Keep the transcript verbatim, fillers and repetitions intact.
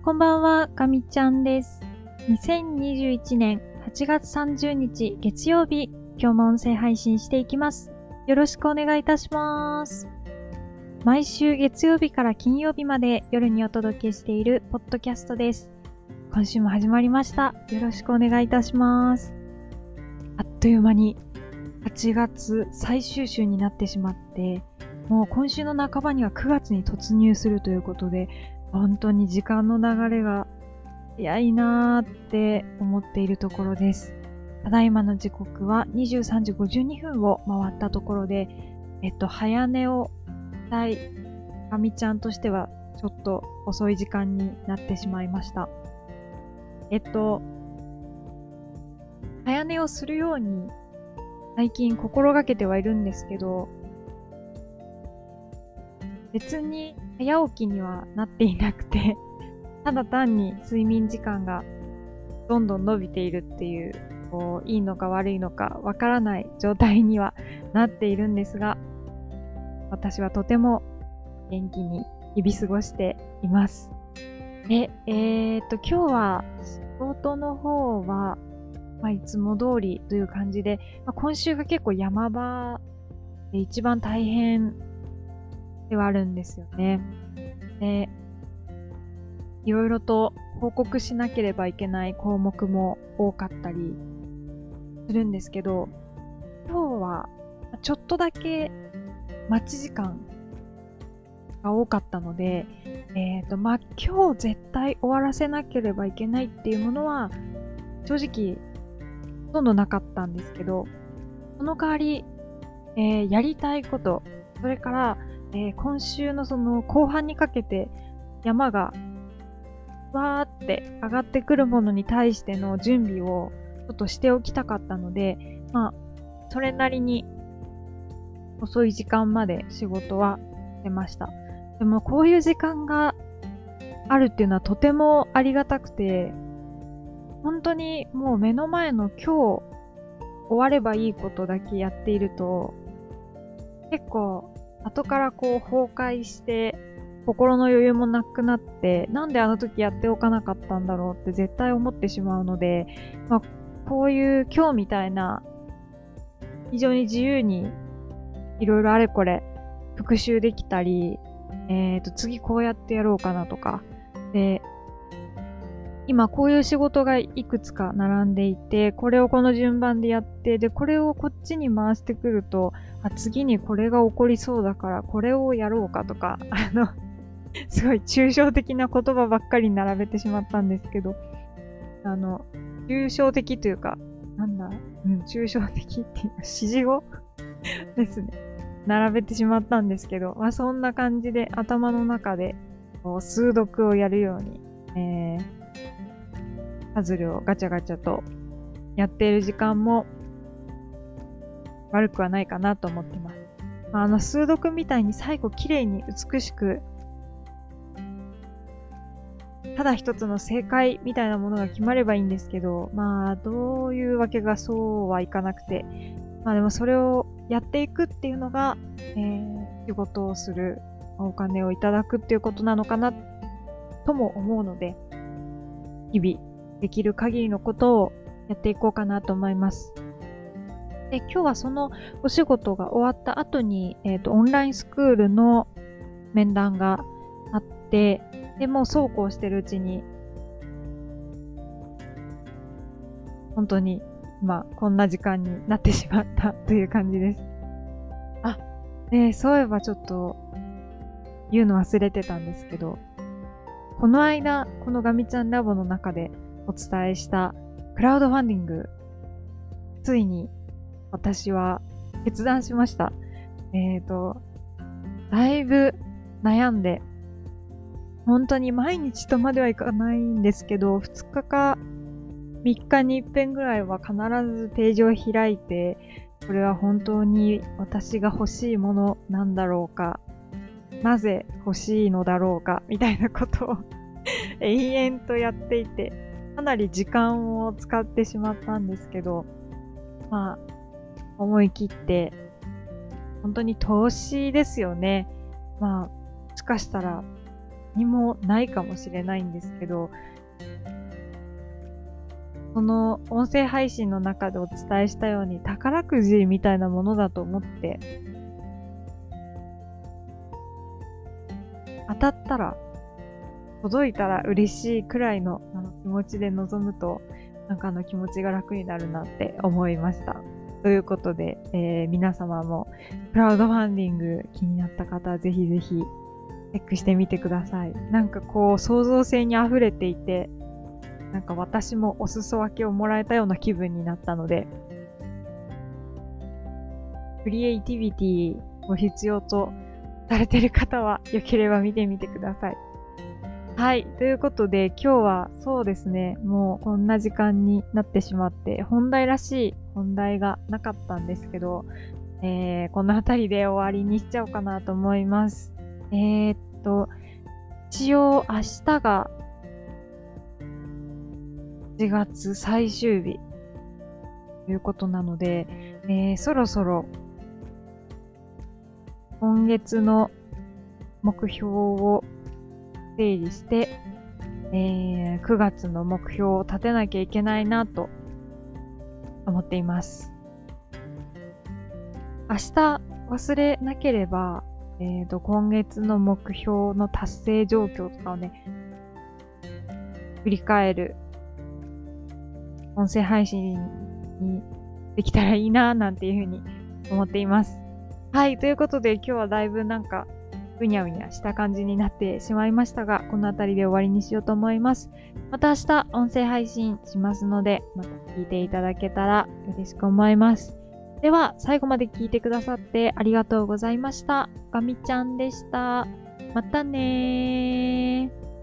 こんばんは、かみちゃんです。にせんにじゅういちねんはちがつさんじゅうにち月曜日、今日も音声配信していきます。よろしくお願いいたします。毎週月曜日から金曜日まで夜にお届けしているポッドキャストです。今週も始まりました。よろしくお願いいたします。あっという間にはちがつ最終週になってしまって、もう今週の半ばにはくがつに突入するということで、本当に時間の流れが早いなーって思っているところです。ただいまの時刻はにじゅうさんじごじゅうにふんを回ったところで、えっと、早寝をしたいかみちゃんとしてはちょっと遅い時間になってしまいました。えっと、早寝をするように最近心がけてはいるんですけど、別に早起きにはなっていなくて、ただ単に睡眠時間がどんどん伸びているっていう、こう、いいのか悪いのかわからない状態にはなっているんですが、私はとても元気に日々過ごしています。で、えーっと、今日は仕事の方は、まあ、いつも通りという感じで、まあ、今週が結構山場で一番大変ではあるんですよね。で、いろいろと報告しなければいけない項目も多かったりするんですけど、今日はちょっとだけ待ち時間が多かったので、えっと、まあ、今日絶対終わらせなければいけないっていうものは正直ほとんどなかったんですけど、その代わり、えー、やりたいこと、それから、えー、今週のその後半にかけて山がわーって上がってくるものに対しての準備をちょっとしておきたかったので、まあ、それなりに遅い時間まで仕事はしてました。でもこういう時間があるっていうのはとてもありがたくて、本当にもう目の前の今日終わればいいことだけやっていると、結構後からこう崩壊して心の余裕もなくなって、なんであの時やっておかなかったんだろうって絶対思ってしまうので、まあ、こういう今日みたいな非常に自由にいろいろあれこれ復習できたり、えっと次こうやってやろうかなとか、で、今こういう仕事がいくつか並んでいて、これをこの順番でやって、で、これをこっちに回してくると、あ、次にこれが起こりそうだからこれをやろうかとか、あの、すごい抽象的な言葉ばっかり並べてしまったんですけど、あの、抽象的というか、なんだ、うん、抽象的っていうか、指示語ですね。並べてしまったんですけど、まあそんな感じで頭の中でこう数読をやるように、えー、パズルをガチャガチャとやっている時間も悪くはないかなと思ってます。まあ、あの数読みたいに最後綺麗に美しくただ一つの正解みたいなものが決まればいいんですけど、まあどういうわけがそうはいかなくて、まあでもそれをやっていくっていうのが、えー、仕事をする、お金をいただくっていうことなのかなとも思うので、日々できる限りのことをやっていこうかなと思います。で、今日はそのお仕事が終わった後に、えっと、オンラインスクールの面談があって、で、もうそうこうしてるうちに、本当に今こんな時間になってしまったという感じです。あ、で、そういえばちょっと言うの忘れてたんですけど、この間、このガミちゃんラボの中でお伝えしたクラウドファンディング、ついに私は決断しました。えっと、だいぶ悩んで、本当に毎日とまではいかないんですけど、ふつかかみっかに一遍ぐらいは必ずページを開いて、これは本当に私が欲しいものなんだろうか、なぜ欲しいのだろうか、みたいなことを永遠とやっていて、かなり時間を使ってしまったんですけど、まあ、思い切って、本当に投資ですよね。まあ、もしかしたらにもないかもしれないんですけど、その音声配信の中でお伝えしたように宝くじみたいなものだと思って、当たったら、届いたら嬉しいくらいのあの気持ちで臨むと、なんかあの気持ちが楽になるなって思いました。ということで、えー、皆様もクラウドファンディング気になった方はぜひぜひチェックしてみてください。なんかこう創造性に溢れていて、なんか私もお裾分けをもらえたような気分になったので、クリエイティビティを必要とされている方は良ければ見てみてください。はい。ということで、今日はそうですね、もうこんな時間になってしまって、本題らしい本題がなかったんですけど、えー、この辺りで終わりにしちゃおうかなと思います。えー、っと、一応明日がしちがつ最終日ということなので、えー、そろそろ今月の目標を整理して、えー、くがつの目標を立てなきゃいけないなと思っています。明日忘れなければ、えーと、今月の目標の達成状況とかをね、振り返る音声配信にできたらいいななんていうふうに思っています。はい、ということで今日はだいぶなんかうにゃうにゃした感じになってしまいましたが、この辺りで終わりにしようと思います。また明日音声配信しますので、また聞いていただけたら嬉しく思います。では、最後まで聞いてくださってありがとうございました。ガミちゃんでした。またねー。